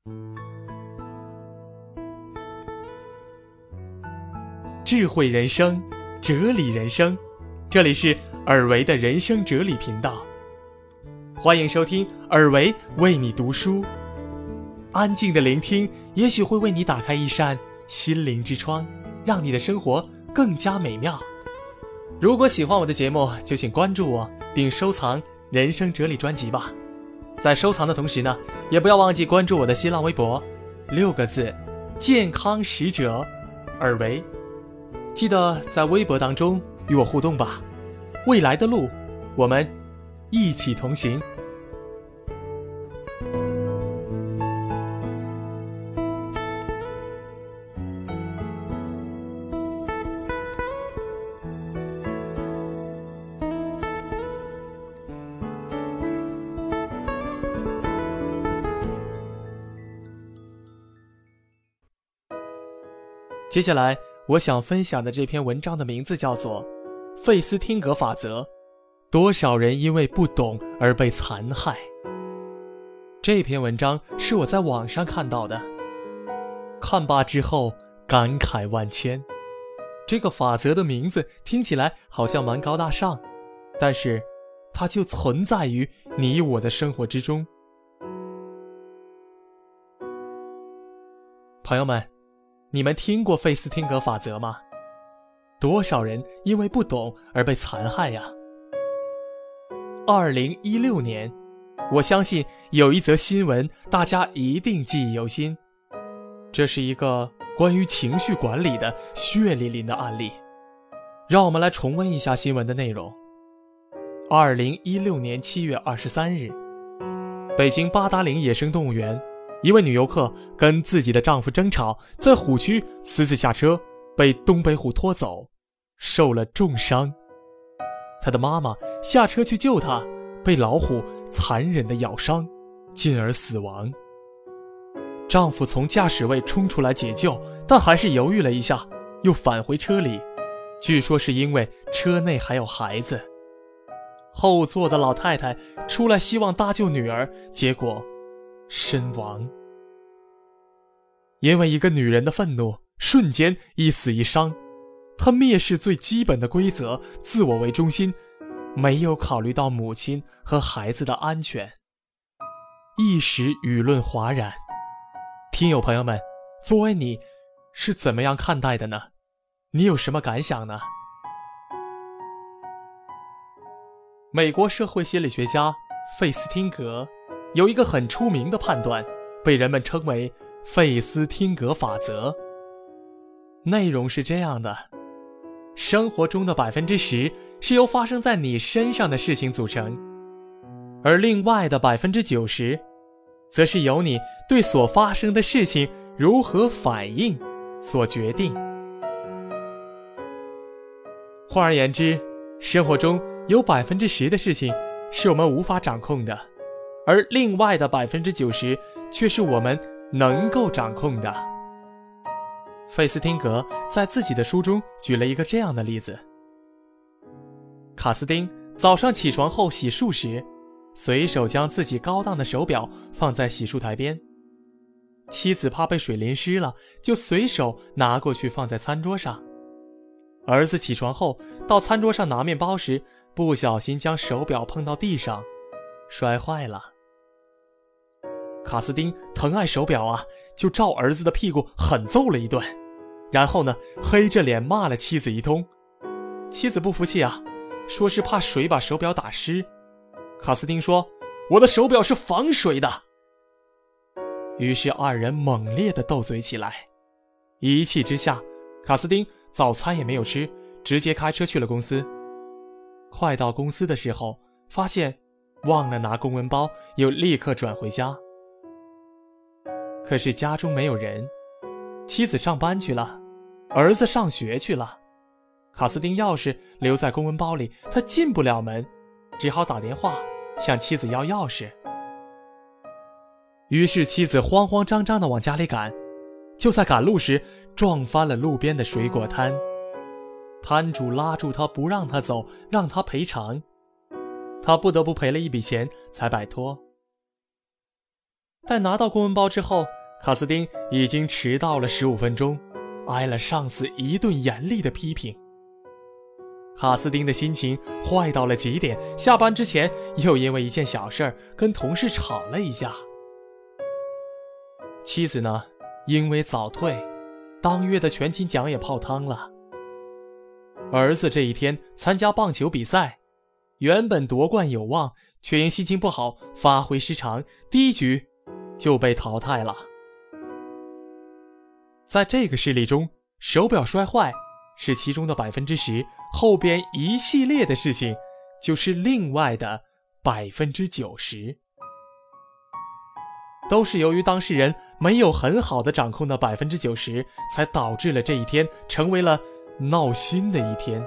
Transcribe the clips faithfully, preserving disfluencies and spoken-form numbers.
智慧人生，哲理人生，这里是尔维的人生哲理频道，欢迎收听尔维为你读书。安静的聆听，也许会为你打开一扇心灵之窗，让你的生活更加美妙。如果喜欢我的节目，就请关注我，并收藏人生哲理专辑吧。在收藏的同时呢，也不要忘记关注我的新浪微博，六个字，健康使者尔维。记得在微博当中与我互动吧，未来的路，我们一起同行。接下来我想分享的这篇文章的名字叫做《费斯汀格法则》，多少人因为不懂而被残害。这篇文章是我在网上看到的，看罢之后感慨万千。这个法则的名字听起来好像蛮高大上，但是它就存在于你我的生活之中。朋友们，你们听过费斯汀格法则吗？多少人因为不懂而被残害呀？二零一六年，我相信有一则新闻大家一定记忆犹新，这是一个关于情绪管理的血淋淋的案例。让我们来重温一下新闻的内容。二零一六年七月二十三日，北京八达岭野生动物园，一位女游客跟自己的丈夫争吵，在虎区私自下车，被东北虎拖走，受了重伤。她的妈妈下车去救她，被老虎残忍地咬伤，进而死亡。丈夫从驾驶位冲出来解救，但还是犹豫了一下，又返回车里，据说是因为车内还有孩子。后座的老太太出来希望搭救女儿，结果身亡。因为一个女人的愤怒，瞬间一死一伤。她蔑视最基本的规则，自我为中心，没有考虑到母亲和孩子的安全，一时舆论哗然。听友朋友们，作为你是怎么样看待的呢？你有什么感想呢？美国社会心理学家费斯汀格有一个很出名的判断，被人们称为费斯汀格法则。内容是这样的：生活中的 百分之十 是由发生在你身上的事情组成，而另外的 百分之九十 则是由你对所发生的事情如何反应所决定。换而言之，生活中有 百分之十 的事情是我们无法掌控的，而另外的 百分之九十 却是我们能够掌控的。费斯汀格在自己的书中举了一个这样的例子：卡斯丁早上起床后洗漱时，随手将自己高档的手表放在洗漱台边，妻子怕被水淋湿了，就随手拿过去放在餐桌上。儿子起床后到餐桌上拿面包时，不小心将手表碰到地上，摔坏了。卡斯丁疼爱手表啊，就照儿子的屁股狠揍了一顿，然后呢，黑着脸骂了妻子一通。妻子不服气啊，说是怕水把手表打湿。卡斯丁说：“我的手表是防水的。”于是二人猛烈地斗嘴起来。一气之下，卡斯丁早餐也没有吃，直接开车去了公司。快到公司的时候，发现忘了拿公文包，又立刻转回家。可是家中没有人，妻子上班去了，儿子上学去了，卡斯丁钥匙留在公文包里，他进不了门，只好打电话向妻子要钥匙。于是妻子慌慌张张地往家里赶，就在赶路时撞翻了路边的水果摊，摊主拉住他不让他走，让他赔偿，他不得不赔了一笔钱才摆脱。但拿到公文包之后， 卡斯丁已经迟到了十五分钟，挨了上司一顿严厉的批评。卡斯丁的心情坏到了极点，下班之前又因为一件小事跟同事吵了一架。妻子呢，因为早退，当月的全勤奖也泡汤了。儿子这一天参加棒球比赛，原本夺冠有望，却因心情不好发挥失常，第一局就被淘汰了。在这个事例中，手表摔坏是其中的 百分之十， 后边一系列的事情就是另外的 百分之九十， 都是由于当事人没有很好的掌控的 百分之九十， 才导致了这一天成为了闹心的一天。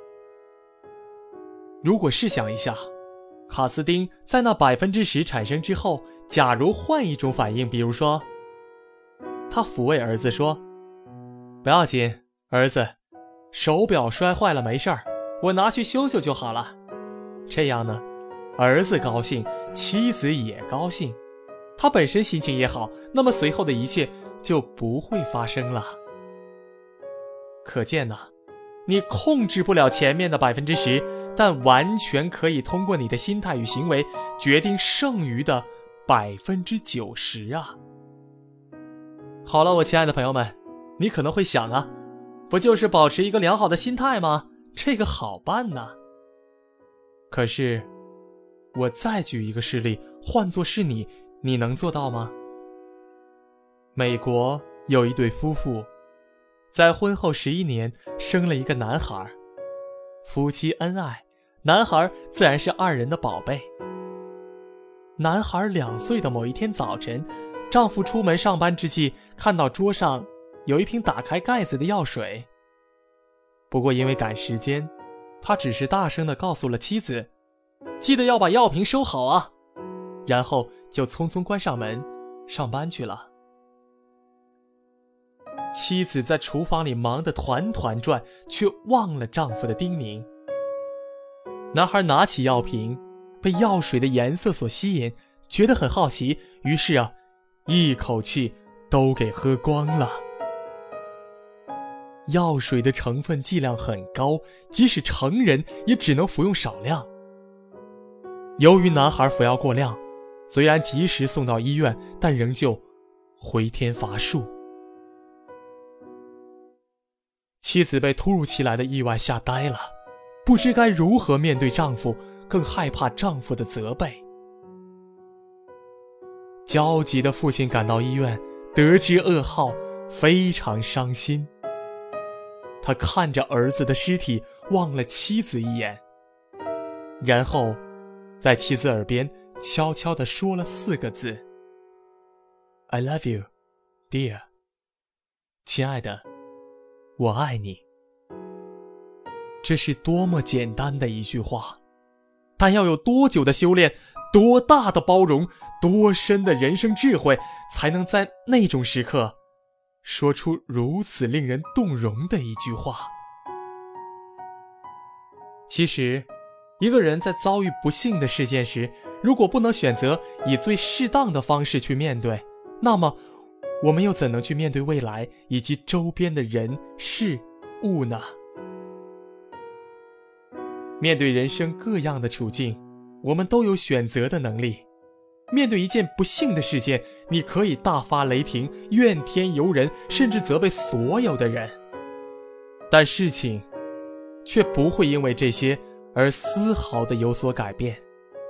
如果试想一下，卡斯丁在那 百分之十 产生之后，假如换一种反应，比如说他抚慰儿子说，不要紧，儿子，手表摔坏了没事儿，我拿去修修就好了。这样呢，儿子高兴，妻子也高兴，他本身心情也好，那么随后的一切就不会发生了。可见呢，你控制不了前面的 百分之十， 但完全可以通过你的心态与行为决定剩余的 百分之九十 啊。好了，我亲爱的朋友们，你可能会想啊，不就是保持一个良好的心态吗？这个好办呢。可是我再举一个事例，换作是你，你能做到吗？美国有一对夫妇，在婚后十一年生了一个男孩，夫妻恩爱，男孩自然是二人的宝贝。男孩两岁的某一天早晨，丈夫出门上班之际，看到桌上有一瓶打开盖子的药水。不过因为赶时间，他只是大声地告诉了妻子，记得要把药瓶收好啊，然后就匆匆关上门上班去了。妻子在厨房里忙得团团转，却忘了丈夫的叮咛。男孩拿起药瓶，被药水的颜色所吸引，觉得很好奇，于是啊，一口气都给喝光了。药水的成分剂量很高，即使成人也只能服用少量。由于男孩服药过量，虽然及时送到医院，但仍旧回天乏术。妻子被突如其来的意外吓呆了，不知该如何面对丈夫，更害怕丈夫的责备。焦急的父亲赶到医院，得知噩耗，非常伤心。他看着儿子的尸体，望了妻子一眼，然后在妻子耳边悄悄地说了四个字 I love you, dear。 亲爱的，我爱你。这是多么简单的一句话，但要有多久的修炼，多大的包容，多深的人生智慧，才能在那种时刻说出如此令人动容的一句话。其实一个人在遭遇不幸的事件时，如果不能选择以最适当的方式去面对，那么我们又怎能去面对未来以及周边的人事物呢？面对人生各样的处境，我们都有选择的能力。面对一件不幸的事件，你可以大发雷霆，怨天尤人，甚至责备所有的人，但事情却不会因为这些而丝毫的有所改变。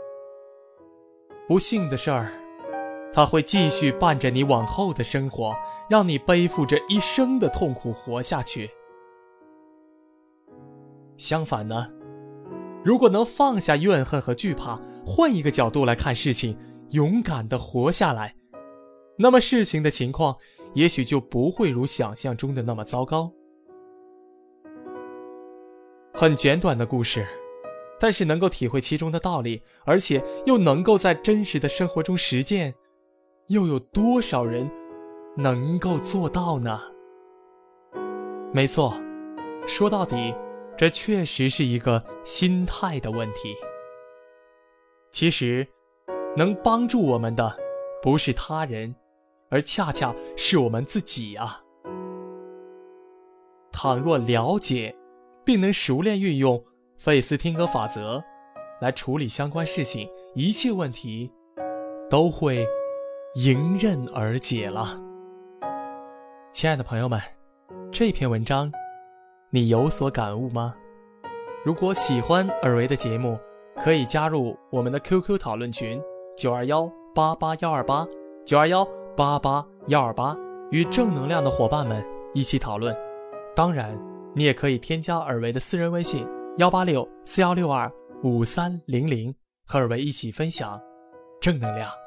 不幸的事儿，它会继续伴着你往后的生活，让你背负着一生的痛苦活下去。相反呢，如果能放下怨恨和惧怕，换一个角度来看事情，勇敢地活下来，那么事情的情况也许就不会如想象中的那么糟糕。很简短的故事，但是能够体会其中的道理，而且又能够在真实的生活中实践，又有多少人能够做到呢？没错，说到底，这确实是一个心态的问题。其实能帮助我们的不是他人， 而恰恰是我们自己啊。倘若了解并能熟练运用费斯汀格法则来处理相关事情，一切问题都会迎刃而解了。亲爱的朋友们，这篇文章你有所感悟吗？如果喜欢尔维的节目，可以加入我们的 Q Q 讨论群九二一八八一二八 九二一八八一二八，与正能量的伙伴们一起讨论。当然你也可以添加尔维的私人微信一八六四一六二五三零零，和尔维一起分享正能量。